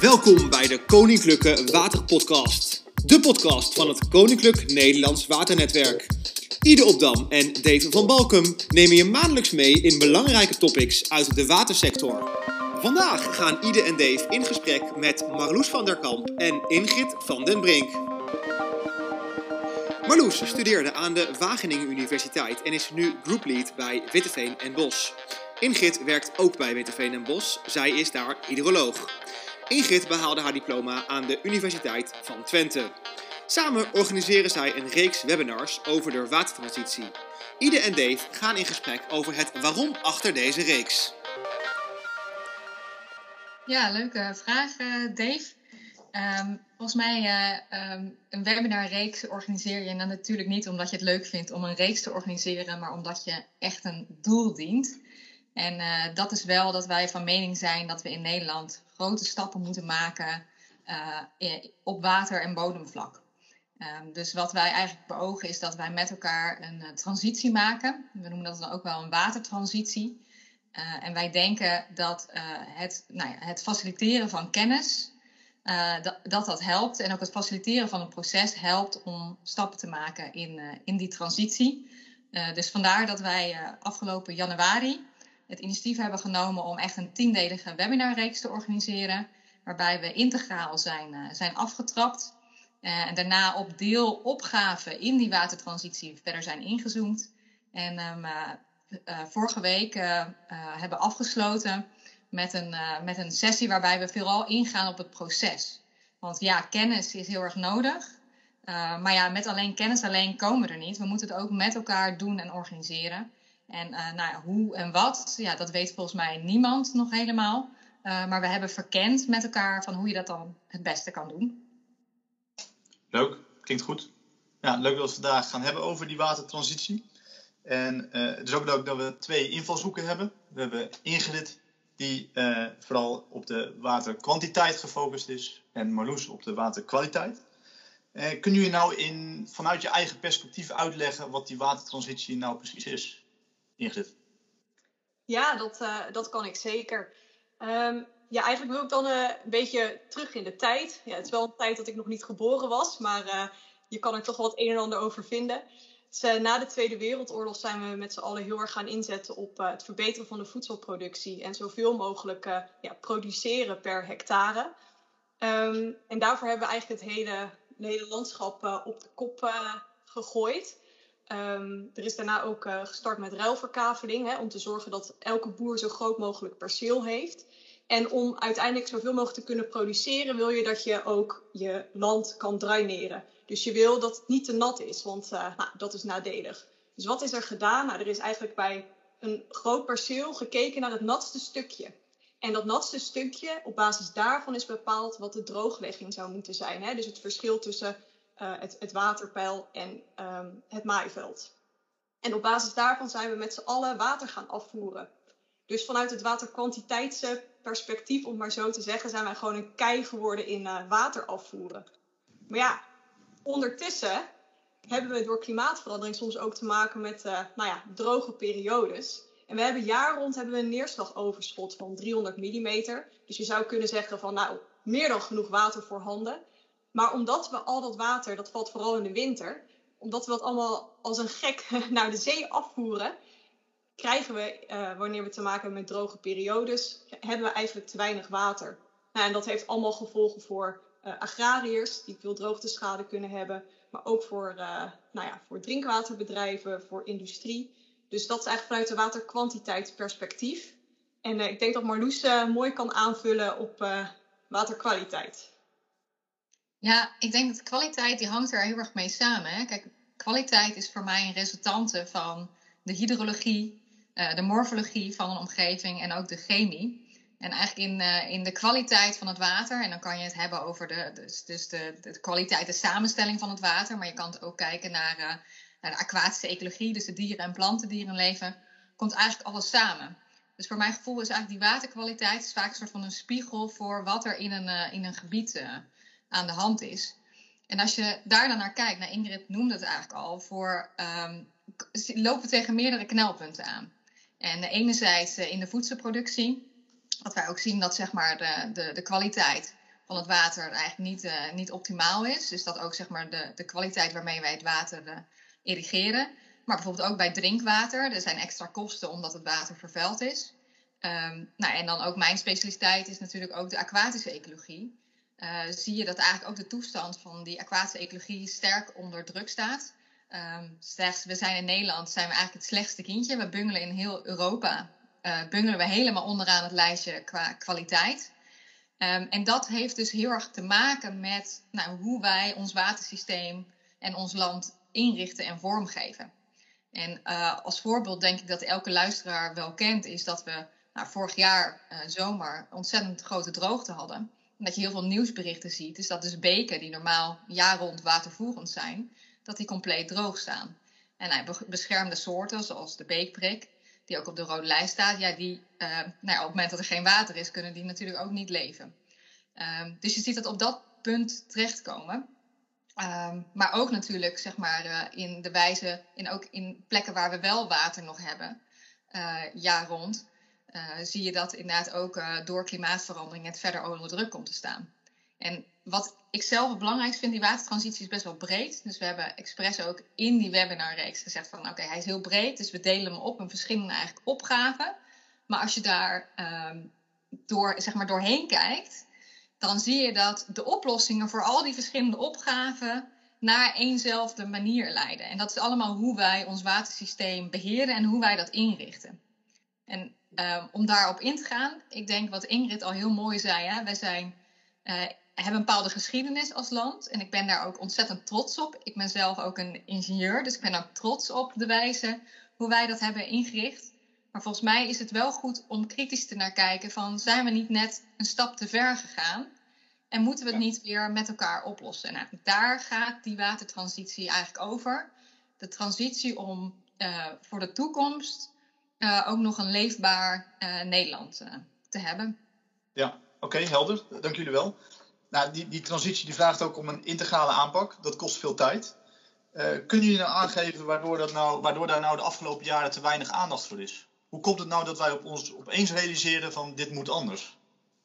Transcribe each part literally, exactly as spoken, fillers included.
Welkom bij de Koninklijke Waterpodcast. De podcast van het Koninklijk Nederlands Waternetwerk. Ide Opdam en Dave van Balkum nemen je maandelijks mee in belangrijke topics uit de watersector. Vandaag gaan Ide en Dave in gesprek met Marloes van der Kamp en Ingrid van den Brink. Marloes studeerde aan de Wageningen Universiteit en is nu grouplead bij Witteveen en Bosch. Ingrid werkt ook bij Witteveen en Bosch. Zij is daar hydroloog. Ingrid behaalde haar diploma aan de Universiteit van Twente. Samen organiseren zij een reeks webinars over de watertransitie. Ide en Dave gaan in gesprek over het waarom achter deze reeks. Ja, leuke vraag, Dave. Um, volgens mij uh, um, een webinarreeks organiseer je dan natuurlijk niet omdat je het leuk vindt om een reeks te organiseren, maar omdat je echt een doel dient. En uh, dat is wel dat wij van mening zijn dat we in Nederland grote stappen moeten maken uh, op water- en bodemvlak. Um, dus wat wij eigenlijk beogen is dat wij met elkaar een uh, transitie maken. We noemen dat dan ook wel een watertransitie. Uh, en wij denken dat uh, het, nou ja, het faciliteren van kennis, uh, dat, dat dat helpt. En ook het faciliteren van een proces helpt om stappen te maken in, uh, in die transitie. Uh, dus vandaar dat wij uh, afgelopen januari het initiatief hebben genomen om echt een tiendelige webinarreeks te organiseren. Waarbij we integraal zijn, uh, zijn afgetrapt. Uh, en daarna op deelopgaven in die watertransitie verder zijn ingezoomd. En um, uh, uh, vorige week uh, uh, hebben afgesloten met een, uh, met een sessie waarbij we vooral ingaan op het proces. Want ja, kennis is heel erg nodig. Uh, maar ja, met alleen kennis alleen komen we er niet. We moeten het ook met elkaar doen en organiseren. En uh, nou ja, hoe en wat, ja, dat weet volgens mij niemand nog helemaal. Uh, maar we hebben verkend met elkaar van hoe je dat dan het beste kan doen. Leuk, klinkt goed. Ja, leuk dat we het vandaag gaan hebben over die watertransitie. En uh, het is ook leuk dat we twee invalshoeken hebben. We hebben Ingrid, die uh, vooral op de waterkwantiteit gefocust is. En Marloes op de waterkwaliteit. Uh, kunnen jullie nou in, vanuit je eigen perspectief uitleggen wat die watertransitie nou precies is? Ingrid. Ja, dat, uh, dat kan ik zeker. Um, ja, eigenlijk wil ik dan uh, een beetje terug in de tijd. Ja, het is wel een tijd dat ik nog niet geboren was, maar uh, je kan er toch wel het een en ander over vinden. Dus, uh, na de Tweede Wereldoorlog zijn we met z'n allen heel erg gaan inzetten op uh, het verbeteren van de voedselproductie en zoveel mogelijk uh, ja, produceren per hectare. Um, en daarvoor hebben we eigenlijk het hele, het hele landschap uh, op de kop uh, gegooid. Um, er is daarna ook uh, gestart met ruilverkaveling, hè, om te zorgen dat elke boer zo groot mogelijk perceel heeft. En om uiteindelijk zoveel mogelijk te kunnen produceren, wil je dat je ook je land kan draineren. Dus je wil dat het niet te nat is, want uh, nou, dat is nadelig. Dus wat is er gedaan? Nou, er is eigenlijk bij een groot perceel gekeken naar het natste stukje. En dat natste stukje, op basis daarvan is bepaald wat de drooglegging zou moeten zijn. Hè? Dus het verschil tussen uh, het, het waterpeil en um, het maaiveld. En op basis daarvan zijn we met z'n allen water gaan afvoeren. Dus vanuit het waterkwantiteitsperspectief, om het maar zo te zeggen, zijn wij gewoon een kei geworden in uh, water afvoeren. Maar ja, ondertussen hebben we door klimaatverandering soms ook te maken met uh, nou ja, droge periodes. En we hebben jaar rond hebben we een neerslagoverschot van driehonderd millimeter. Dus je zou kunnen zeggen van nou, meer dan genoeg water voorhanden. Maar omdat we al dat water, dat valt vooral in de winter, omdat we dat allemaal als een gek naar de zee afvoeren, krijgen we, uh, wanneer we te maken hebben met droge periodes, hebben we eigenlijk te weinig water. Nou, en dat heeft allemaal gevolgen voor uh, agrariërs, die veel droogteschade kunnen hebben. Maar ook voor, uh, nou ja, voor drinkwaterbedrijven, voor industrie. Dus dat is eigenlijk vanuit de waterkwantiteitsperspectief. En uh, ik denk dat Marloes uh, mooi kan aanvullen op uh, waterkwaliteit. Ja, ik denk dat kwaliteit die hangt er heel erg mee samen. Hè? Kijk, kwaliteit is voor mij een resultante van de hydrologie, uh, de morfologie van een omgeving en ook de chemie. En eigenlijk in, uh, in de kwaliteit van het water, en dan kan je het hebben over de, dus, dus de, de kwaliteit, de samenstelling van het water. Maar je kan het ook kijken naar, uh, naar de aquatische ecologie, dus de dieren en planten die erin leven. Komt eigenlijk alles samen. Dus voor mijn gevoel is eigenlijk die waterkwaliteit is vaak een soort van een spiegel voor wat er in een, uh, in een gebied uh, aan de hand is. En als je daar dan naar kijkt, nou Ingrid noemde het eigenlijk al, voor, um, lopen we tegen meerdere knelpunten aan. En enerzijds uh, in de voedselproductie, wat wij ook zien dat zeg maar de, de, de kwaliteit van het water eigenlijk niet, uh, niet optimaal is. Dus dat ook zeg maar, de, de kwaliteit waarmee wij het water uh, irrigeren. Maar bijvoorbeeld ook bij drinkwater. Er zijn extra kosten omdat het water vervuild is. Um, nou, en dan ook mijn specialiteit is natuurlijk ook de aquatische ecologie. Uh, zie je dat eigenlijk ook de toestand van die aquatische ecologie sterk onder druk staat. Um, slechts, we zijn in Nederland zijn we eigenlijk het slechtste kindje. We bungelen in heel Europa. Uh, bungelen we helemaal onderaan het lijstje qua kwaliteit. Um, en dat heeft dus heel erg te maken met nou, hoe wij ons watersysteem en ons land inrichten en vormgeven. En uh, als voorbeeld denk ik dat elke luisteraar wel kent, is dat we nou, vorig jaar uh, zomer ontzettend grote droogte hadden. En dat je heel veel nieuwsberichten ziet, is dat dus beken die normaal jaar rond watervoerend zijn, dat die compleet droog staan. En nou, beschermde soorten, zoals de beekprik, die ook op de rode lijst staat, ja, die, uh, nou ja, op het moment dat er geen water is, kunnen die natuurlijk ook niet leven. Um, dus je ziet dat op dat punt terechtkomen. Um, maar ook natuurlijk, zeg maar, uh, in de wijze, in ook in plekken waar we wel water nog hebben, uh, jaar rond, uh, zie je dat inderdaad ook uh, door klimaatverandering het verder onder druk komt te staan. En wat ik zelf het belangrijkst vind, die watertransitie is best wel breed. Dus we hebben expres ook in die webinarreeks gezegd van oké, okay, hij is heel breed. Dus we delen hem op in verschillende eigenlijk opgaven. Maar als je daar um, door, zeg maar doorheen kijkt, dan zie je dat de oplossingen voor al die verschillende opgaven naar éénzelfde manier leiden. En dat is allemaal hoe wij ons watersysteem beheren en hoe wij dat inrichten. En uh, om daarop in te gaan, ik denk wat Ingrid al heel mooi zei, hè, wij zijn... Uh, hebben een bepaalde geschiedenis als land. En ik ben daar ook ontzettend trots op. Ik ben zelf ook een ingenieur. Dus ik ben ook trots op de wijze hoe wij dat hebben ingericht. Maar volgens mij is het wel goed om kritisch te naar kijken van, zijn we niet net een stap te ver gegaan? En moeten we het ja. niet weer met elkaar oplossen? En eigenlijk daar gaat die watertransitie eigenlijk over. De transitie om uh, voor de toekomst uh, ook nog een leefbaar uh, Nederland uh, te hebben. Ja, oké, okay, helder. Dank jullie wel. Nou, die, die transitie die vraagt ook om een integrale aanpak. Dat kost veel tijd. Uh, kunnen jullie nou aangeven waardoor, dat nou, waardoor daar nou de afgelopen jaren te weinig aandacht voor is? Hoe komt het nou dat wij op ons opeens realiseren van dit moet anders?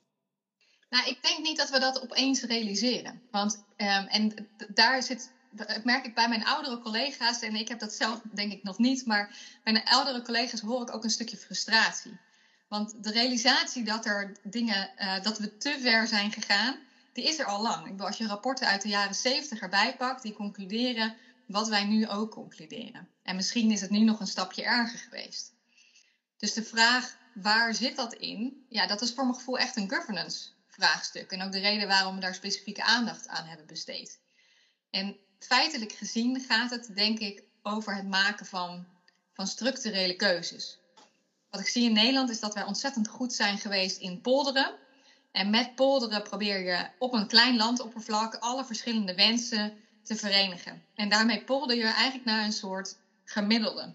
Nou, ik denk niet dat we dat opeens realiseren. Want, um, en daar zit, dat merk ik bij mijn oudere collega's, en ik heb dat zelf denk ik nog niet, maar bij mijn oudere collega's hoor ik ook een stukje frustratie. Want de realisatie dat er dingen, uh, dat we te ver zijn gegaan, die is er al lang. Ik bedoel, als je rapporten uit de jaren zeventig erbij pakt, die concluderen wat wij nu ook concluderen. En misschien is het nu nog een stapje erger geweest. Dus de vraag, waar zit dat in? Ja, dat is voor mijn gevoel echt een governance vraagstuk. En ook de reden waarom we daar specifieke aandacht aan hebben besteed. En feitelijk gezien gaat het, denk ik, over het maken van, van structurele keuzes. Wat ik zie in Nederland is dat wij ontzettend goed zijn geweest in polderen. En met polderen probeer je op een klein landoppervlak alle verschillende wensen te verenigen. En daarmee polder je eigenlijk naar een soort gemiddelde.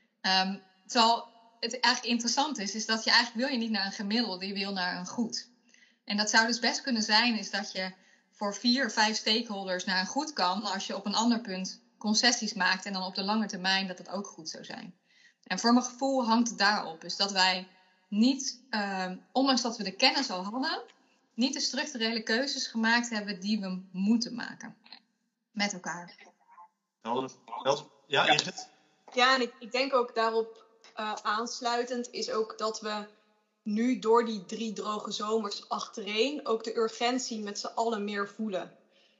Um, terwijl het eigenlijk interessant is, is dat je eigenlijk wil je niet naar een gemiddelde, je wil naar een goed. En dat zou dus best kunnen zijn, is dat je voor vier, vijf stakeholders naar een goed kan, als je op een ander punt concessies maakt en dan op de lange termijn dat het ook goed zou zijn. En voor mijn gevoel hangt het daarop. Dus dat wij niet, uh, ondanks dat we de kennis al hadden, niet de structurele keuzes gemaakt hebben die we moeten maken. Met elkaar. Helder. Helder. Ja, Ingrid? Ja, en ik, ik denk ook daarop uh, aansluitend is ook dat we nu door die drie droge zomers achtereen ook de urgentie met z'n allen meer voelen.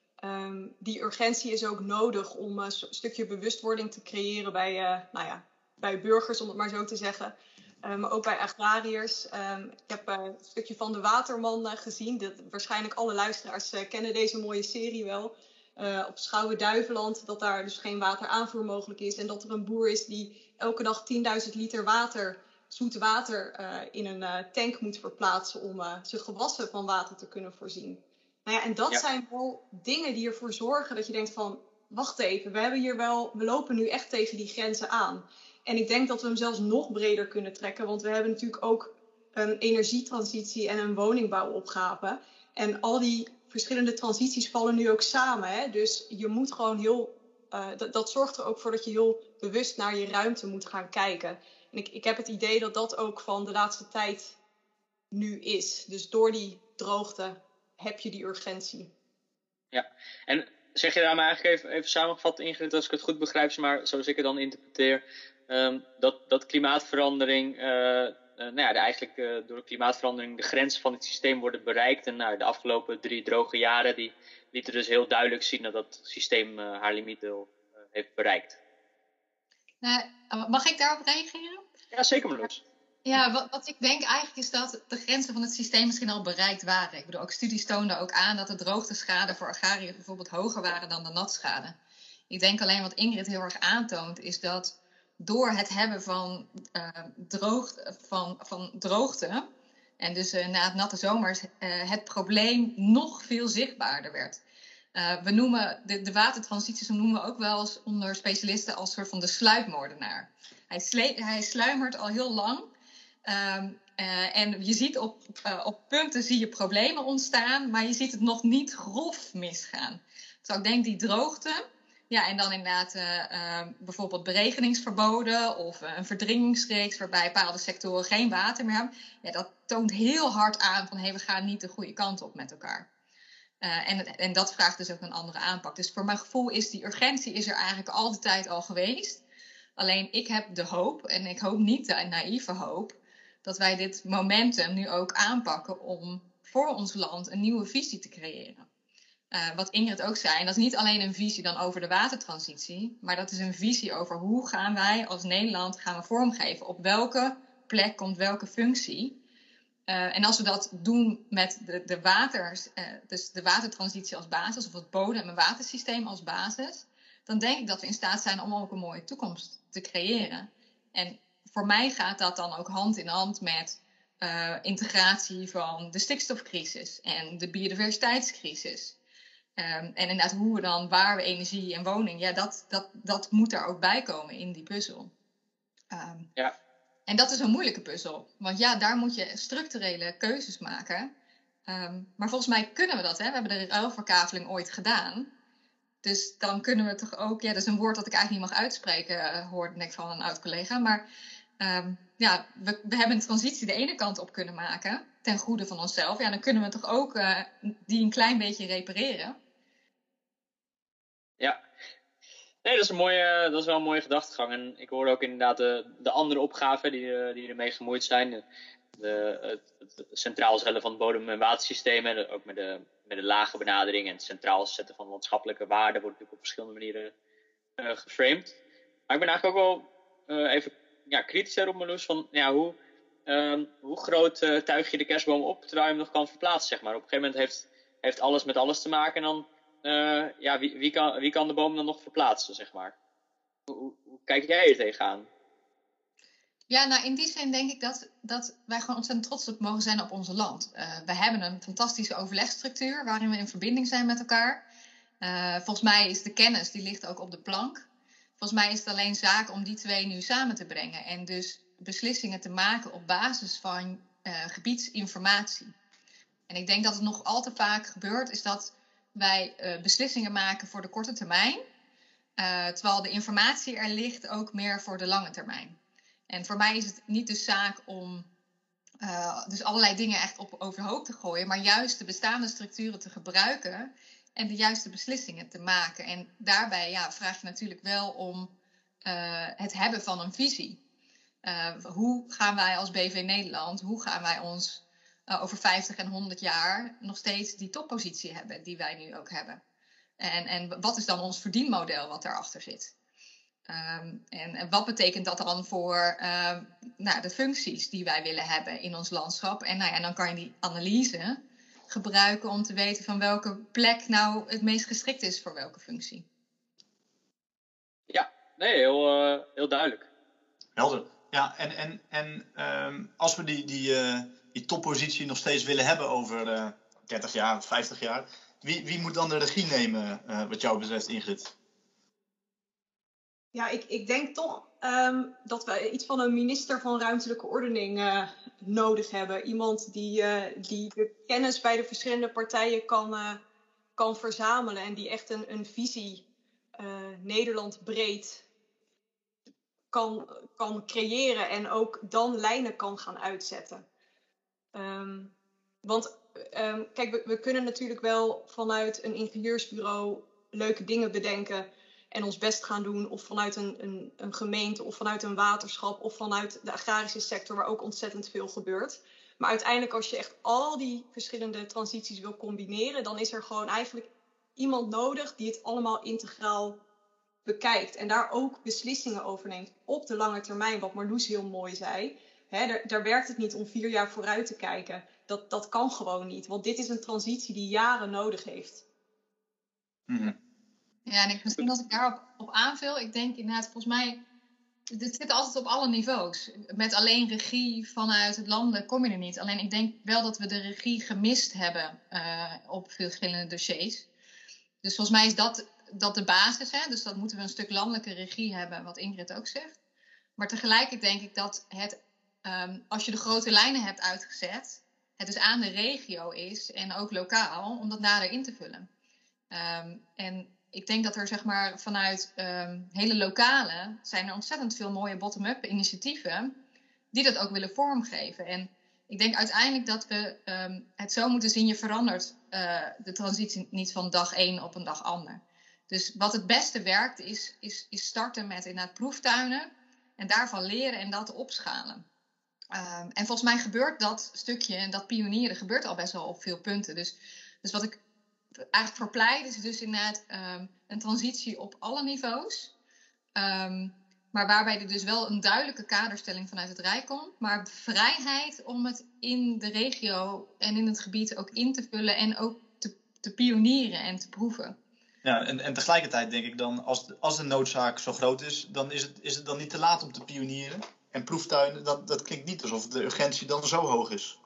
Um, die urgentie is ook nodig om een stukje bewustwording te creëren bij, uh, nou ja, bij burgers, om het maar zo te zeggen. Uh, maar ook bij agrariërs. Um, ik heb uh, een stukje van de Waterman uh, gezien. Dat, waarschijnlijk alle luisteraars uh, kennen deze mooie serie wel. Uh, op Schouwen-Duiveland, dat daar dus geen wateraanvoer mogelijk is. En dat er een boer is die elke dag tienduizend liter water, zoet water uh, in een uh, tank moet verplaatsen om uh, zijn gewassen van water te kunnen voorzien. Nou ja, en dat ja. zijn wel dingen die ervoor zorgen dat je denkt van, wacht even, we hebben hier wel, we lopen nu echt tegen die grenzen aan. En ik denk dat we hem zelfs nog breder kunnen trekken, want we hebben natuurlijk ook een energietransitie en een woningbouwopgave. En al die verschillende transities vallen nu ook samen. Hè? Dus je moet gewoon heel, uh, dat, dat zorgt er ook voor dat je heel bewust naar je ruimte moet gaan kijken. En ik, ik heb het idee dat dat ook van de laatste tijd nu is. Dus door die droogte heb je die urgentie. Ja, en zeg je daar maar eigenlijk even, even samengevat, Ingrid, als ik het goed begrijp, maar zoals ik het dan interpreteer, um, dat, dat klimaatverandering, uh, uh, nou ja, de, eigenlijk uh, door de klimaatverandering de grenzen van het systeem worden bereikt. En nou, de afgelopen drie droge jaren die lieten dus heel duidelijk zien dat dat systeem uh, haar limieten uh, heeft bereikt. Nou, mag ik daarop reageren? Ja, zeker Marloes. Ja, wat, wat ik denk eigenlijk is dat de grenzen van het systeem misschien al bereikt waren. Ik bedoel, ook studies toonden ook aan dat de droogteschade voor agrariërs bijvoorbeeld hoger waren dan de natschade. Ik denk alleen wat Ingrid heel erg aantoont, is dat door het hebben van, uh, droog, van, van droogte, en dus uh, na het natte zomers, uh, het probleem nog veel zichtbaarder werd. Uh, we noemen de, de watertransities noemen we ook wel eens onder specialisten als soort van de sluipmoordenaar. Hij, sle- hij sluimert al heel lang. Um, uh, en je ziet op, uh, op punten zie je problemen ontstaan, maar je ziet het nog niet grof misgaan. Dus ik denk die droogte, ja, en dan inderdaad uh, uh, bijvoorbeeld beregeningsverboden of uh, een verdringingsreeks waarbij bepaalde sectoren geen water meer hebben, ja, dat toont heel hard aan van hé, hey, we gaan niet de goede kant op met elkaar. Uh, en, en dat vraagt dus ook een andere aanpak. Dus voor mijn gevoel is die urgentie is er eigenlijk al de tijd al geweest. Alleen ik heb de hoop, en ik hoop niet de naïeve hoop, dat wij dit momentum nu ook aanpakken om voor ons land een nieuwe visie te creëren. Uh, wat Ingrid ook zei, en dat is niet alleen een visie dan over de watertransitie, maar dat is een visie over hoe gaan wij als Nederland gaan we vormgeven. Op welke plek komt welke functie. Uh, en als we dat doen met de, de, waters, uh, dus de watertransitie als basis, of het bodem- en watersysteem als basis, dan denk ik dat we in staat zijn om ook een mooie toekomst te creëren. En voor mij gaat dat dan ook hand in hand met uh, integratie van de stikstofcrisis en de biodiversiteitscrisis. Um, en inderdaad hoe we dan, waar we energie en woning, ja, dat, dat, dat moet er ook bij komen in die puzzel. Um, ja. En dat is een moeilijke puzzel. Want ja, daar moet je structurele keuzes maken. Um, maar volgens mij kunnen we dat. Hè? We hebben de ruilverkaveling ooit gedaan. Dus dan kunnen we toch ook... Ja, dat is een woord dat ik eigenlijk niet mag uitspreken, uh, hoorde ik van een oud collega. Maar um, ja, we, we hebben een transitie de ene kant op kunnen maken. Ten goede van onszelf. Ja, dan kunnen we toch ook uh, die een klein beetje repareren. Ja. Nee, dat is, een mooie, dat is wel een mooie gedachtegang. En ik hoor ook inderdaad de, de andere opgaven die, die ermee gemoeid zijn. De, de, het, het centraal stellen van het bodem- en watersystemen. Ook met de, met de lage benadering en het centraal zetten van landschappelijke waarden. Wordt natuurlijk op verschillende manieren uh, geframed. Maar ik ben eigenlijk ook wel uh, even ja, kritischer op Marloes. Van, ja, hoe, um, hoe groot uh, tuig je de kerstboom op terwijl je hem nog kan verplaatsen? Zeg maar. Op een gegeven moment heeft, heeft alles met alles te maken. En dan... Uh, ja, wie, wie, kan, wie kan de boom dan nog verplaatsen, zeg maar? Hoe, hoe, hoe kijk jij er tegenaan? Ja, nou in die zin denk ik dat, dat wij gewoon ontzettend trots op mogen zijn op onze land. Uh, we hebben een fantastische overlegstructuur waarin we in verbinding zijn met elkaar. Uh, volgens mij is de kennis, die ligt ook op de plank. Volgens mij is het alleen zaak om die twee nu samen te brengen. En dus beslissingen te maken op basis van uh, gebiedsinformatie. En ik denk dat het nog al te vaak gebeurt, is dat wij uh, beslissingen maken voor de korte termijn. Uh, terwijl de informatie er ligt ook meer voor de lange termijn. En voor mij is het niet de zaak om uh, dus allerlei dingen echt op overhoop te gooien, maar juist de bestaande structuren te gebruiken en de juiste beslissingen te maken. En daarbij ja, vraag je natuurlijk wel om uh, het hebben van een visie. Uh, hoe gaan wij als B V Nederland, hoe gaan wij ons uh, over vijftig en honderd jaar nog steeds die toppositie hebben die wij nu ook hebben? En, en wat is dan ons verdienmodel wat daarachter zit? Um, en, en wat betekent dat dan voor uh, nou, de functies die wij willen hebben in ons landschap? En, nou ja, en dan kan je die analyse gebruiken om te weten van welke plek nou het meest geschikt is voor welke functie. Ja, nee, heel, uh, heel duidelijk. Helder. Ja, en, en, en um, als we die, die, uh, die toppositie nog steeds willen hebben over uh, dertig jaar of vijftig jaar, wie, wie moet dan de regie nemen uh, wat jou betreft, Ingrid? Ja, ik, ik denk toch um, dat we iets van een minister van ruimtelijke ordening uh, nodig hebben. Iemand die, uh, die de kennis bij de verschillende partijen kan, uh, kan verzamelen en die echt een, een visie uh, Nederland breed kan, kan creëren en ook dan lijnen kan gaan uitzetten. Um, want um, kijk, we, we kunnen natuurlijk wel vanuit een ingenieursbureau leuke dingen bedenken en ons best gaan doen. Of vanuit een, een, een gemeente of vanuit een waterschap of vanuit de agrarische sector waar ook ontzettend veel gebeurt. Maar uiteindelijk als je echt al die verschillende transities wil combineren, dan is er gewoon eigenlijk iemand nodig die het allemaal integraal bekijkt. En daar ook beslissingen over neemt op de lange termijn, wat Marloes heel mooi zei. Hè, daar, daar werkt het niet om vier jaar vooruit te kijken. Dat, dat kan gewoon niet, want dit is een transitie die jaren nodig heeft. Mm-hmm. Ja, en ik, misschien als ik daarop op aanvul, ik denk inderdaad, volgens mij, dit zit altijd op alle niveaus. Met alleen regie vanuit het landen kom je er niet. Alleen ik denk wel dat we de regie gemist hebben uh, op veel verschillende dossiers. Dus volgens mij is dat, dat de basis. Hè? Dus dat moeten we een stuk landelijke regie hebben, wat Ingrid ook zegt. Maar tegelijkertijd denk ik dat het, um, als je de grote lijnen hebt uitgezet, het dus aan de regio is en ook lokaal, om dat nader in te vullen. Um, en ik denk dat er zeg maar vanuit um, hele lokale zijn er ontzettend veel mooie bottom-up initiatieven die dat ook willen vormgeven. En ik denk uiteindelijk dat we um, het zo moeten zien, je verandert uh, de transitie niet van dag één op een dag ander. Dus wat het beste werkt is, is, is starten met inderdaad proeftuinen en daarvan leren en dat opschalen. Um, en volgens mij gebeurt dat stukje en dat pionieren gebeurt al best wel op veel punten. Dus, dus wat ik eigenlijk voor pleit is dus inderdaad um, een transitie op alle niveaus. Um, maar waarbij er dus wel een duidelijke kaderstelling vanuit het Rijk komt. Maar vrijheid om het in de regio en in het gebied ook in te vullen en ook te, te pionieren en te proeven. Ja, en, en tegelijkertijd denk ik dan, als de, als de noodzaak zo groot is, dan is het, is het dan niet te laat om te pionieren. En proeftuinen, dat, dat klinkt niet alsof de urgentie dan zo hoog is.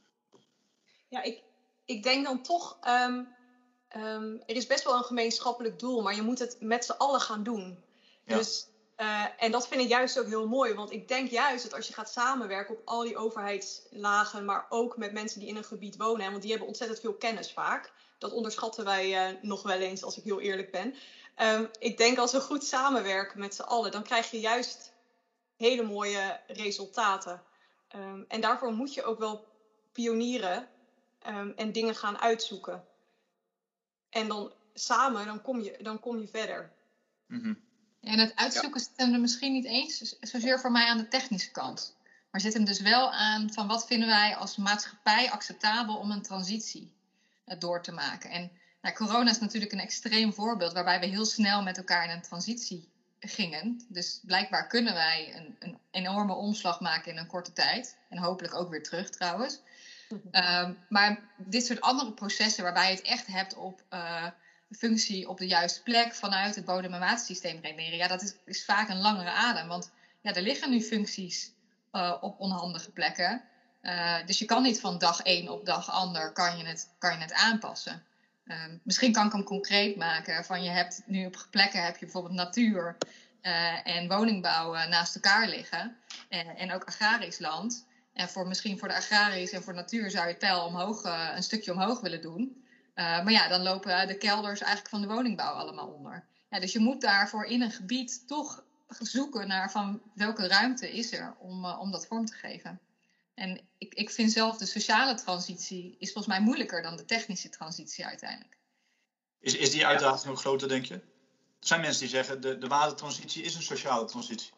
Ja, ik, ik denk dan toch, um, um, er is best wel een gemeenschappelijk doel, maar je moet het met z'n allen gaan doen. Ja. Dus, uh, en dat vind ik juist ook heel mooi, want ik denk juist dat als je gaat samenwerken op al die overheidslagen, maar ook met mensen die in een gebied wonen, hè, want die hebben ontzettend veel kennis vaak. Dat onderschatten wij uh, nog wel eens, als ik heel eerlijk ben. Um, ik denk als we goed samenwerken met z'n allen, dan krijg je juist hele mooie resultaten. Um, en daarvoor moet je ook wel pionieren um, en dingen gaan uitzoeken. En dan samen, dan kom je, dan kom je verder. Mm-hmm. En het uitzoeken ja. zit hem er misschien niet eens zozeer voor mij aan de technische kant. Maar zit hem dus wel aan van wat vinden wij als maatschappij acceptabel om een transitie uh, door te maken. En nou, corona is natuurlijk een extreem voorbeeld waarbij we heel snel met elkaar in een transitie gingen. Dus blijkbaar kunnen wij een, een enorme omslag maken in een korte tijd. En hopelijk ook weer terug trouwens. Um, maar dit soort andere processen waarbij je het echt hebt op uh, functie op de juiste plek vanuit het bodem- en watersysteem redeneren. Ja, dat is, is vaak een langere adem. Want ja, er liggen nu functies uh, op onhandige plekken. Uh, dus je kan niet van dag één op dag ander kan je het, kan je het aanpassen. Um, misschien kan ik hem concreet maken. Van je hebt nu op plekken heb je bijvoorbeeld natuur uh, en woningbouw uh, naast elkaar liggen. Uh, en ook agrarisch land. En voor, misschien voor de agrarisch en voor natuur zou je het pijl omhoog, uh, een stukje omhoog willen doen. Uh, maar ja, dan lopen de kelders eigenlijk van de woningbouw allemaal onder. Ja, dus je moet daarvoor in een gebied toch zoeken naar van welke ruimte is er om, uh, om dat vorm te geven. En ik, ik vind zelf de sociale transitie is volgens mij moeilijker dan de technische transitie uiteindelijk. Is, is die uitdaging ja. ook groter, denk je? Er zijn mensen die zeggen de, de watertransitie is een sociale transitie.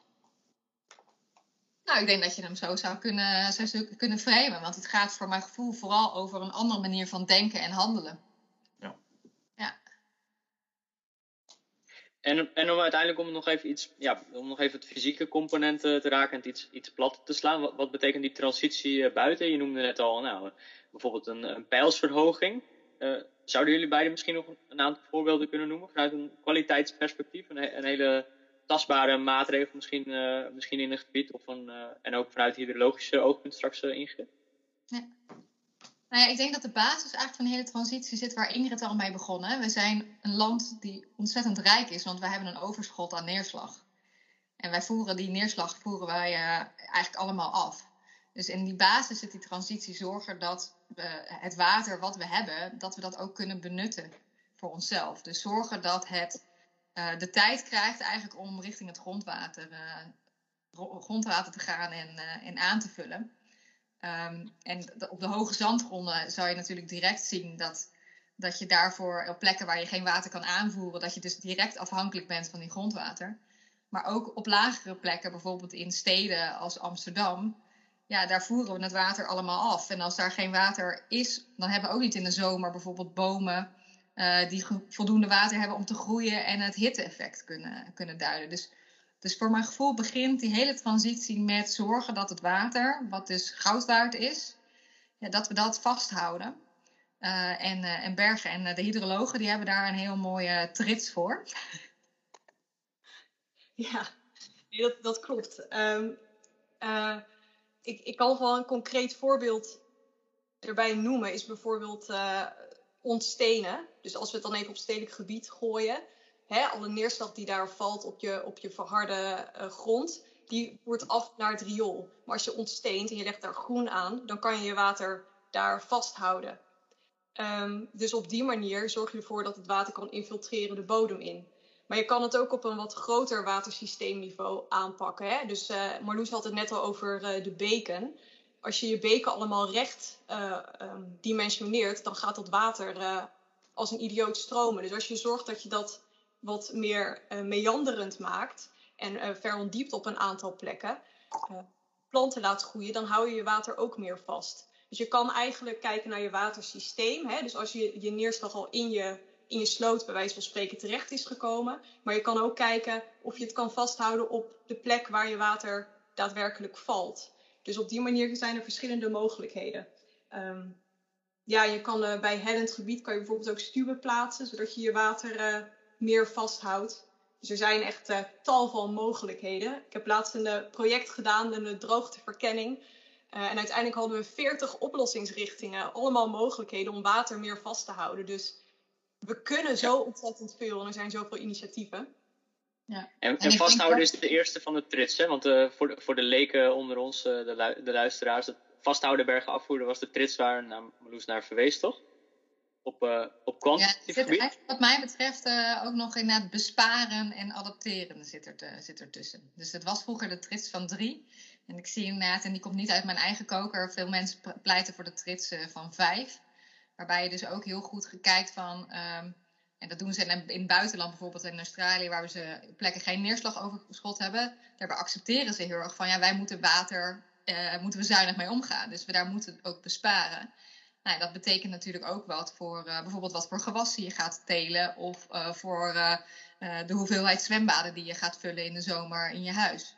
Nou, ik denk dat je hem zo zou kunnen, zou kunnen framen. Want het gaat voor mijn gevoel vooral over een andere manier van denken en handelen. Ja. Ja. En, en om uiteindelijk om nog even iets, ja, om nog even het fysieke component te raken en het iets, iets plat te slaan. Wat, wat betekent die transitie buiten? Je noemde net al, nou, bijvoorbeeld een, een pijlsverhoging. Uh, zouden jullie beiden misschien nog een aantal voorbeelden kunnen noemen vanuit een kwaliteitsperspectief? Een, een hele tastbare maatregel misschien, uh, misschien in een gebied of een, uh, en ook vanuit hydrologische oogpunt straks uh, ingezet? Ja. Nou ja, ik denk dat de basis eigenlijk van de hele transitie zit waar Ingrid al mee begon. Hè? We zijn een land die ontzettend rijk is, want wij hebben een overschot aan neerslag. En wij voeren die neerslag voeren wij uh, eigenlijk allemaal af. Dus in die basis zit die transitie zorgen dat we het water wat we hebben, dat we dat ook kunnen benutten voor onszelf. Dus zorgen dat het uh, de tijd krijgt eigenlijk om richting het grondwater, uh, grondwater te gaan en, uh, en aan te vullen. Um, en d- op de hoge zandgronden zou je natuurlijk direct zien dat, dat je daarvoor op plekken waar je geen water kan aanvoeren, dat je dus direct afhankelijk bent van die grondwater. Maar ook op lagere plekken, bijvoorbeeld in steden als Amsterdam, ja, daar voeren we het water allemaal af. En als daar geen water is, dan hebben we ook niet in de zomer bijvoorbeeld bomen uh, die ge- voldoende water hebben om te groeien en het hitte-effect kunnen, kunnen duiden. Dus, dus voor mijn gevoel begint die hele transitie met zorgen dat het water, wat dus goud waard is, ja, dat we dat vasthouden. Uh, en, uh, en bergen. En uh, de hydrologen die hebben daar een heel mooie trits voor. Ja, nee, dat, dat klopt. Um, uh, ik, ik kan wel een concreet voorbeeld erbij noemen, is bijvoorbeeld uh, ontstenen. Dus als we het dan even op stedelijk gebied gooien, hè, alle neerslag die daar valt op je, op je verharde uh, grond, die wordt af naar het riool. Maar als je ontsteent en je legt daar groen aan, dan kan je je water daar vasthouden. Um, dus op die manier zorg je ervoor dat het water kan infiltreren de bodem in. Maar je kan het ook op een wat groter watersysteemniveau aanpakken. Hè? Dus uh, Marloes had het net al over uh, de beken. Als je je beken allemaal recht uh, um, dimensioneert, dan gaat dat water uh, als een idioot stromen. Dus als je zorgt dat je dat wat meer uh, meanderend maakt en uh, verondiept op een aantal plekken, uh, planten laat groeien, dan hou je je water ook meer vast. Dus je kan eigenlijk kijken naar je watersysteem. Hè? Dus als je, je neerslag al in je, in je sloot bij wijze van spreken terecht is gekomen. Maar je kan ook kijken of je het kan vasthouden op de plek waar je water daadwerkelijk valt. Dus op die manier zijn er verschillende mogelijkheden. Um, ja, je kan uh, bij hellend gebied kan je bijvoorbeeld ook stuwen plaatsen, zodat je je water uh, meer vasthoudt. Dus er zijn echt uh, tal van mogelijkheden. Ik heb laatst een uh, project gedaan, een uh, droogteverkenning. Uh, en uiteindelijk hadden we veertig oplossingsrichtingen, allemaal mogelijkheden om water meer vast te houden. Dus we kunnen zo ontzettend veel en er zijn zoveel initiatieven. Ja. En, en vasthouden dat... is de eerste van de trits, hè? Want uh, voor, de, voor de leken onder ons, uh, de, lu- de luisteraars, het vasthouden, bergen afvoeren was de trits waar nou, Marloes naar verwees, toch? Op, uh, op kwantitatief ja, gebied? Eigenlijk, wat mij betreft uh, ook nog inderdaad besparen en adapteren zit er, te, zit er tussen. Dus het was vroeger de trits van drie. En ik zie inderdaad, en die komt niet uit mijn eigen koker, veel mensen pleiten voor de trits uh, van vijf. Waarbij je dus ook heel goed kijkt van, um, en dat doen ze in, in het buitenland bijvoorbeeld in Australië, waar we ze plekken geen neerslagoverschot hebben. Daarbij accepteren ze heel erg van, ja, wij moeten water, uh, moeten we zuinig mee omgaan. Dus we daar moeten ook besparen. Nou, dat betekent natuurlijk ook wat voor uh, bijvoorbeeld wat voor gewassen je gaat telen of uh, voor uh, uh, de hoeveelheid zwembaden die je gaat vullen in de zomer in je huis.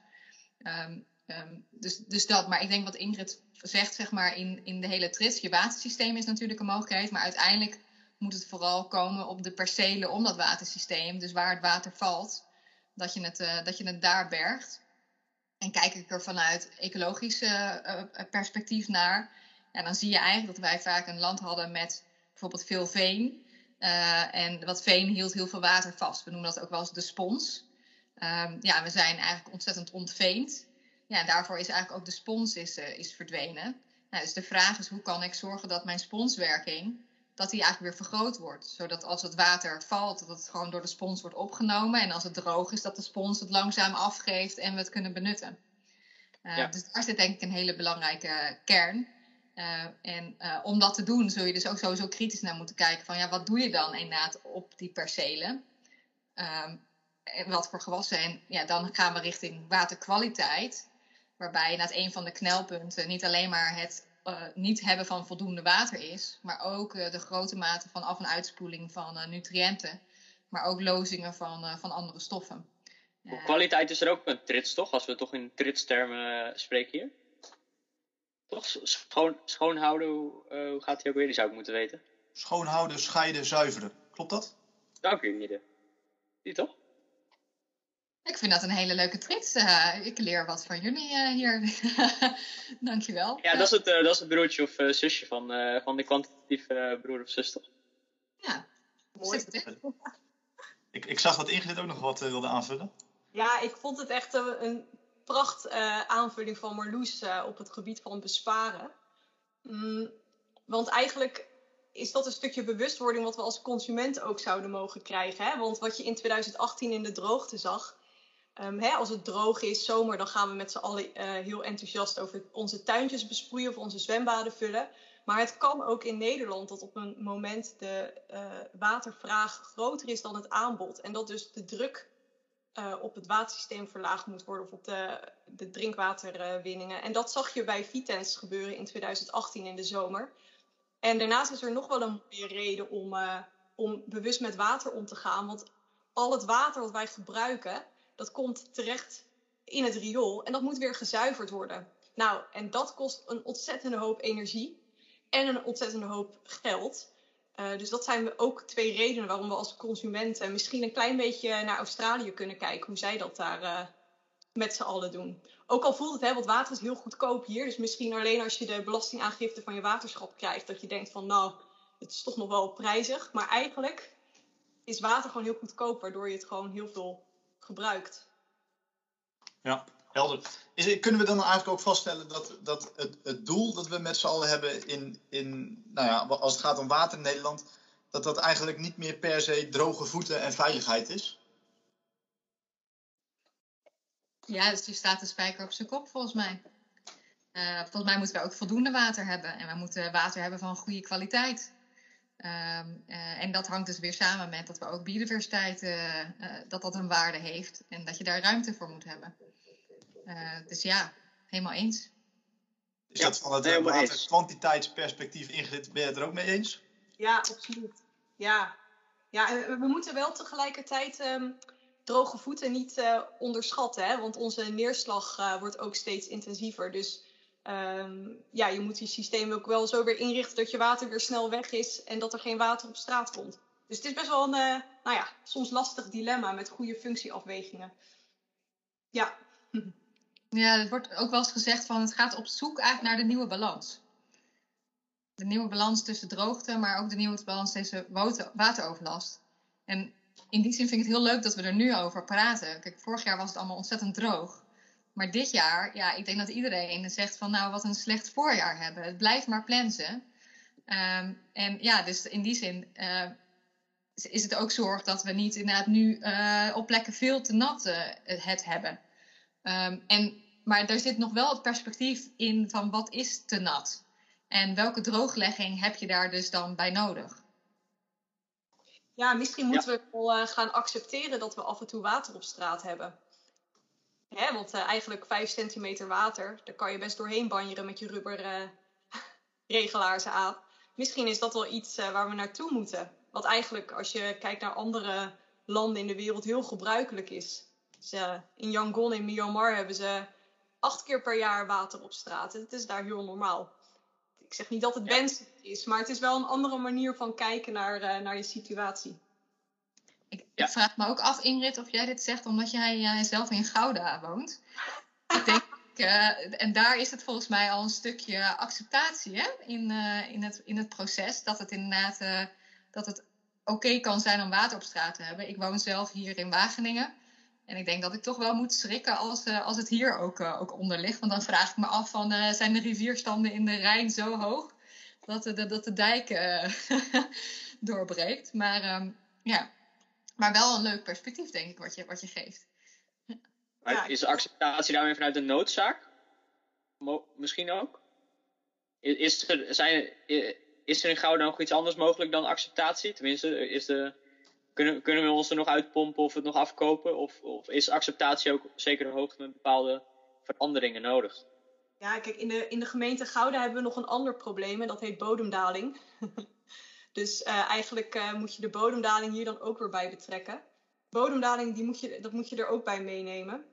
Um, um, dus, dus dat, maar ik denk wat Ingrid zegt, zeg maar, in, in de hele trits, je watersysteem is natuurlijk een mogelijkheid, maar uiteindelijk moet het vooral komen op de percelen om dat watersysteem, dus waar het water valt, dat je het, uh, dat je het daar bergt. En kijk ik er vanuit ecologisch uh, uh, perspectief naar, ja, dan zie je eigenlijk dat wij vaak een land hadden met bijvoorbeeld veel veen. Uh, en wat veen hield heel veel water vast. We noemen dat ook wel eens de spons. Um, ja, we zijn eigenlijk ontzettend ontveend. Ja, en daarvoor is eigenlijk ook de spons is, uh, is verdwenen. Nou, dus de vraag is, hoe kan ik zorgen dat mijn sponswerking, dat die eigenlijk weer vergroot wordt. Zodat als het water valt, dat het gewoon door de spons wordt opgenomen. En als het droog is, dat de spons het langzaam afgeeft en we het kunnen benutten. Uh, ja. Dus daar zit denk ik een hele belangrijke kern. Uh, en uh, om dat te doen, zul je dus ook sowieso kritisch naar moeten kijken van, ja, wat doe je dan inderdaad op die percelen? Um, en wat voor gewassen? En ja, dan gaan we richting waterkwaliteit. Waarbij inderdaad een van de knelpunten niet alleen maar het uh, niet hebben van voldoende water is, maar ook uh, de grote mate van af- en uitspoeling van uh, nutriënten. Maar ook lozingen van, uh, van andere stoffen. Uh, kwaliteit is er ook een trits, toch? Als we toch in tritstermen uh, spreken hier. Toch? Schoon, schoonhouden, hoe, uh, hoe gaat die ook weer? Die zou ik moeten weten. Schoonhouden, scheiden, zuiveren. Klopt dat? Dank u, Nide. Die toch? Ik vind dat een hele leuke trits. Uh, ik leer wat van jullie uh, hier. Dankjewel. Ja, dat is het, uh, dat is het broertje of uh, zusje van, uh, van de kwantitatieve uh, broer of zus, toch? Ja, mooi. Zit het in? Ik, ik zag dat Ingrid ook nog wat uh, wilde aanvullen. Ja, ik vond het echt een, een pracht uh, aanvulling van Marloes uh, op het gebied van besparen. Mm, want eigenlijk is dat een stukje bewustwording wat we als consument ook zouden mogen krijgen. Hè? Want wat je in twintig achttien in de droogte zag, Um, hè, als het droog is, zomer, dan gaan we met z'n allen uh, heel enthousiast over onze tuintjes besproeien of onze zwembaden vullen. Maar het kan ook in Nederland dat op een moment de uh, watervraag groter is dan het aanbod. En dat dus de druk uh, op het watersysteem verlaagd moet worden of op de, de drinkwaterwinningen. En dat zag je bij Vitens gebeuren in twintig achttien in de zomer. En daarnaast is er nog wel een mooie reden om, uh, om bewust met water om te gaan. Want al het water wat wij gebruiken, dat komt terecht in het riool. En dat moet weer gezuiverd worden. Nou, en dat kost een ontzettende hoop energie. En een ontzettende hoop geld. Uh, dus dat zijn ook twee redenen waarom we als consumenten misschien een klein beetje naar Australië kunnen kijken. Hoe zij dat daar uh, met z'n allen doen. Ook al voelt het, hè, want water is heel goedkoop hier. Dus misschien alleen als je de belastingaangifte van je waterschap krijgt. Dat je denkt van nou, het is toch nog wel prijzig. Maar eigenlijk is water gewoon heel goedkoop. Waardoor je het gewoon heel veel gebruikt. Ja, helder. Is, kunnen we dan eigenlijk ook vaststellen dat, dat het, het doel dat we met z'n allen hebben in, in, nou ja, als het gaat om water in Nederland, dat dat eigenlijk niet meer per se droge voeten en veiligheid is? Ja, dus je staat de spijker op zijn kop volgens mij. Uh, volgens mij moeten we ook voldoende water hebben. En we moeten water hebben van goede kwaliteit. Um, uh, en dat hangt dus weer samen met dat we ook biodiversiteit, uh, uh, dat dat een waarde heeft. En dat je daar ruimte voor moet hebben. Uh, dus ja, helemaal eens. Is ja, dat van het uh, waterkwantiteitsperspectief, Ingrid, ben je het er ook mee eens? Ja, absoluut. Ja, ja en we moeten wel tegelijkertijd um, droge voeten niet uh, onderschatten. Hè? Want onze neerslag uh, wordt ook steeds intensiever. Dus um, ja, je moet je systeem ook wel zo weer inrichten dat je water weer snel weg is. En dat er geen water op straat komt. Dus het is best wel een, uh, nou ja, soms lastig dilemma met goede functieafwegingen. Ja. Ja, er wordt ook wel eens gezegd van het gaat op zoek eigenlijk naar de nieuwe balans. De nieuwe balans tussen droogte, maar ook de nieuwe balans tussen wateroverlast. En in die zin vind ik het heel leuk dat we er nu over praten. Kijk, vorig jaar was het allemaal ontzettend droog. Maar dit jaar, ja, ik denk dat iedereen zegt van nou, wat een slecht voorjaar hebben. Het blijft maar plensen. Um, en ja, dus in die zin uh, is het ook zorg dat we niet inderdaad nu uh, op plekken veel te nat uh, het hebben. Um, en, maar daar zit nog wel het perspectief in van wat is te nat? En welke drooglegging heb je daar dus dan bij nodig? Ja, misschien moeten ja. we wel uh, gaan accepteren dat we af en toe water op straat hebben. Hè, want uh, eigenlijk vijf centimeter water, daar kan je best doorheen banjeren met je rubber uh, regelaars aan. Misschien is dat wel iets uh, waar we naartoe moeten. Wat eigenlijk, als je kijkt naar andere landen in de wereld, heel gebruikelijk is. Dus, uh, in Yangon in Myanmar hebben ze acht keer per jaar water op straat. Het is daar heel normaal. Ik zeg niet dat het wenselijk ja. is, maar het is wel een andere manier van kijken naar, uh, naar je situatie. Ik, ja. ik vraag me ook af, Ingrid, of jij dit zegt omdat jij uh, zelf in Gouda woont. Ik denk, uh, en daar is het volgens mij al een stukje acceptatie hè? In, uh, in, het, in het proces. Dat het inderdaad uh, dat het oké okay kan zijn om water op straat te hebben. Ik woon zelf hier in Wageningen. En ik denk dat ik toch wel moet schrikken als, uh, als het hier ook, uh, ook onder ligt. Want dan vraag ik me af van, uh, zijn de rivierstanden in de Rijn zo hoog dat de, dat de dijk uh, doorbreekt. Maar, um, ja. maar wel een leuk perspectief, denk ik, wat je, wat je geeft. Maar is de acceptatie daarmee vanuit de noodzaak? Mo- misschien ook? Is, is, er, zijn, is er in Gouda nog iets anders mogelijk dan acceptatie? Tenminste, is de... Kunnen, kunnen we ons er nog uitpompen of het nog afkopen? Of, of is acceptatie ook zeker hoog met bepaalde veranderingen nodig? Ja, kijk, in de, in de gemeente Gouda hebben we nog een ander probleem. En dat heet bodemdaling. Dus uh, eigenlijk uh, moet je de bodemdaling hier dan ook weer bij betrekken. Bodemdaling, die moet je, dat moet je er ook bij meenemen.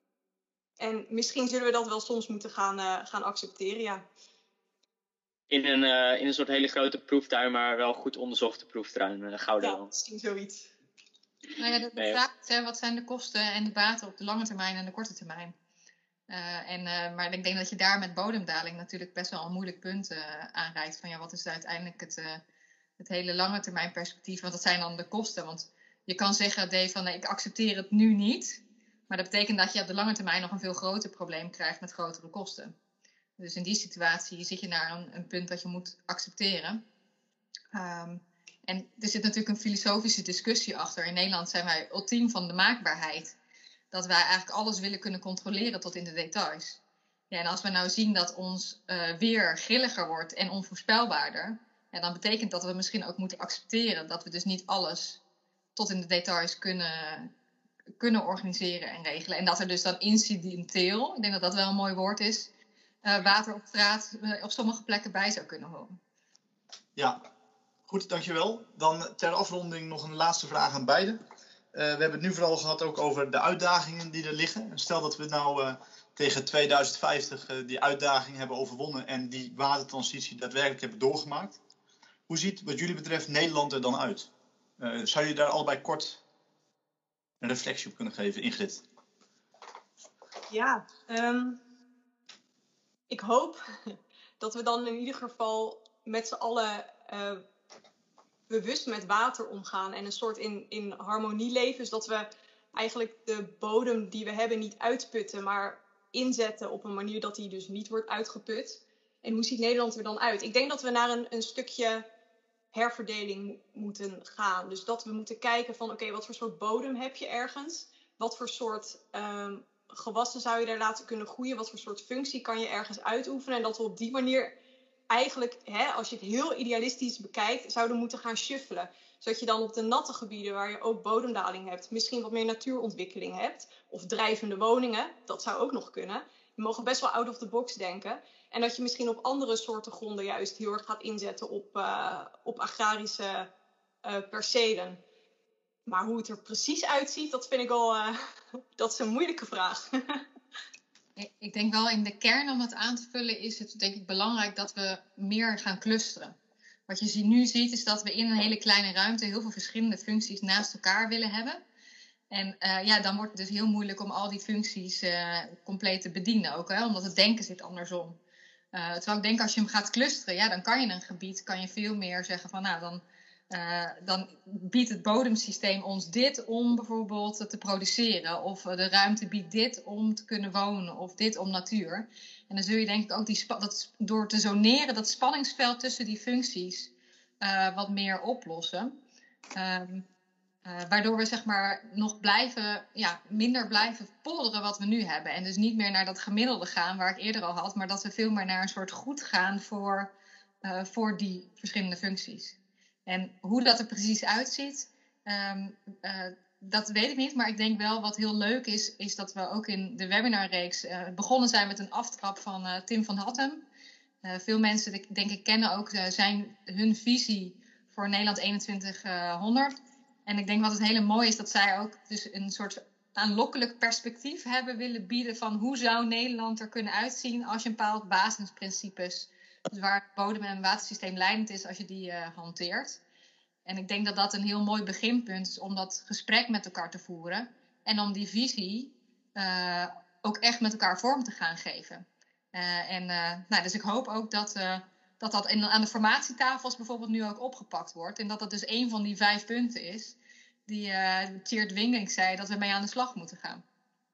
En misschien zullen we dat wel soms moeten gaan, uh, gaan accepteren, ja. In een, uh, in een soort hele grote proeftuin, maar wel goed onderzochte proeftuin, uh, Gouda. Ja, misschien zoiets. Nou ja, de, de vraag is, hè, wat zijn de kosten en de baten op de lange termijn en de korte termijn? Uh, en, uh, maar ik denk dat je daar met bodemdaling natuurlijk best wel een moeilijk punt uh, aanreikt. Van ja, wat is uiteindelijk het, uh, het hele lange termijn perspectief? Want dat zijn dan de kosten. Want je kan zeggen, Dave, van nee, ik accepteer het nu niet. Maar dat betekent dat je op de lange termijn nog een veel groter probleem krijgt met grotere kosten. Dus in die situatie zit je naar een, een punt dat je moet accepteren. Um, en er zit natuurlijk een filosofische discussie achter. In Nederland zijn wij ultiem van de maakbaarheid. dat wij eigenlijk alles willen kunnen controleren tot in de details. Ja, en als we nou zien dat ons uh, weer grilliger wordt en onvoorspelbaarder, ja, dan betekent dat we misschien ook moeten accepteren dat we dus niet alles tot in de details kunnen, kunnen organiseren en regelen. En dat er dus dan incidenteel, ik denk dat dat wel een mooi woord is, uh, water op straat uh, op sommige plekken bij zou kunnen horen. Ja, goed, dankjewel. Dan ter afronding nog een laatste vraag aan beiden. Uh, we hebben het nu vooral gehad ook over de uitdagingen die er liggen. En stel dat we nou uh, tegen tweeduizend vijftig uh, die uitdaging hebben overwonnen en die watertransitie daadwerkelijk hebben doorgemaakt. Hoe ziet wat jullie betreft Nederland er dan uit? Uh, zou je daar allebei kort een reflectie op kunnen geven, Ingrid? Ja, um, ik hoop dat we dan in ieder geval met z'n allen uh, bewust met water omgaan en een soort in, in harmonie leven. Dus dat we eigenlijk de bodem die we hebben niet uitputten, maar inzetten op een manier dat die dus niet wordt uitgeput. En hoe ziet Nederland er dan uit? Ik denk dat we naar een, een stukje herverdeling moeten gaan. Dus dat we moeten kijken van oké, okay, wat voor soort bodem heb je ergens? Wat voor soort um, gewassen zou je daar laten kunnen groeien? Wat voor soort functie kan je ergens uitoefenen? En dat we op die manier eigenlijk, hè, als je het heel idealistisch bekijkt, zouden moeten gaan shuffelen. Zodat je dan op de natte gebieden waar je ook bodemdaling hebt, misschien wat meer natuurontwikkeling hebt. Of drijvende woningen, dat zou ook nog kunnen. Je mag best wel out of the box denken. En dat je misschien op andere soorten gronden juist heel erg gaat inzetten op, uh, op agrarische uh, percelen. Maar hoe het er precies uitziet, dat vind ik al uh, dat is een moeilijke vraag. Ik denk wel in de kern om het aan te vullen is het denk ik belangrijk dat we meer gaan clusteren. Wat je nu ziet is dat we in een hele kleine ruimte heel veel verschillende functies naast elkaar willen hebben. En uh, ja, dan wordt het dus heel moeilijk om al die functies uh, compleet te bedienen ook, hè, omdat het denken zit andersom. Uh, terwijl ik denk als je hem gaat clusteren, ja, dan kan je een gebied, kan je veel meer zeggen van nou, dan, uh, dan biedt het bodemsysteem ons dit om bijvoorbeeld te produceren. Of de ruimte biedt dit om te kunnen wonen of dit om natuur. En dan zul je denk ik ook die spa- dat, door te zoneren dat spanningsveld tussen die functies uh, wat meer oplossen. Um, Uh, waardoor we zeg maar nog blijven, ja, minder blijven polderen wat we nu hebben. En dus niet meer naar dat gemiddelde gaan waar ik eerder al had. Maar dat we veel meer naar een soort goed gaan voor, uh, voor die verschillende functies. En hoe dat er precies uitziet, um, uh, dat weet ik niet. Maar ik denk wel wat heel leuk is, is dat we ook in de webinarreeks uh, begonnen zijn met een aftrap van uh, Tim van Hattem. Uh, veel mensen, denk ik, kennen ook uh, zijn, hun visie voor Nederland eenentwintig honderd. En ik denk wat het hele mooie is dat zij ook dus een soort aanlokkelijk perspectief hebben willen bieden van hoe zou Nederland er kunnen uitzien als je een bepaald basisprincipes, dus waar het bodem- en watersysteem leidend is, als je die uh, hanteert. En ik denk dat dat een heel mooi beginpunt is om dat gesprek met elkaar te voeren en om die visie uh, ook echt met elkaar vorm te gaan geven. Uh, en, uh, nou, dus ik hoop ook dat uh, dat, dat in, aan de formatietafels bijvoorbeeld nu ook opgepakt wordt. En dat dat dus een van die vijf punten is die uh, Tjeerd Wingink zei dat we mee aan de slag moeten gaan.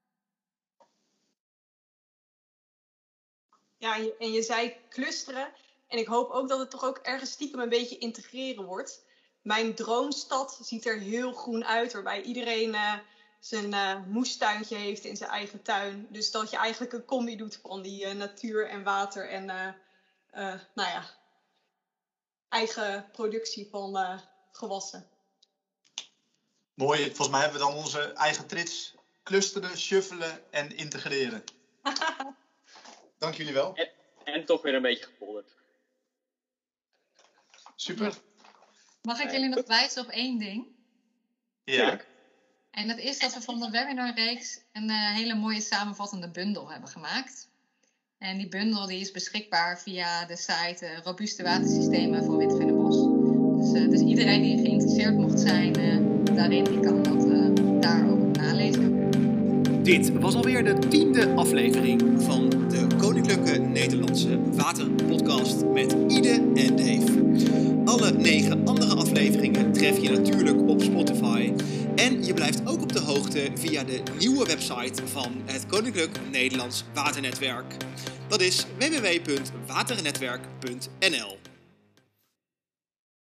Ja, en je, en je zei clusteren. En ik hoop ook dat het toch ook ergens stiekem een beetje integreren wordt. Mijn droomstad ziet er heel groen uit, waarbij iedereen uh, zijn uh, moestuintje heeft in zijn eigen tuin. Dus dat je eigenlijk een combi doet van die uh, natuur en water en uh, uh, nou ja, eigen productie van uh, gewassen. Mooi, volgens mij hebben we dan onze eigen trits clusteren, shuffelen en integreren. Dank jullie wel. En, en toch weer een beetje gepolderd. Super. Mag ik jullie nog wijzen op één ding? Ja. En dat is dat we van de webinarreeks een uh, hele mooie samenvattende bundel hebben gemaakt. En die bundel die is beschikbaar via de site uh, Robuuste Watersystemen van Witteveen en Bos. Dus, uh, dus iedereen die geïnteresseerd mocht zijn uh, daarin, die kan dat uh, daar ook nalezen. Dit was alweer de tiende aflevering van de Koninklijke Nederlandse Waterpodcast met Ide en Dave. Alle negen andere afleveringen tref je natuurlijk op Spotify. En je blijft ook op de hoogte via de nieuwe website van het Koninklijk Nederlands Waternetwerk. Dat is w w w punt waternetwerk punt n l.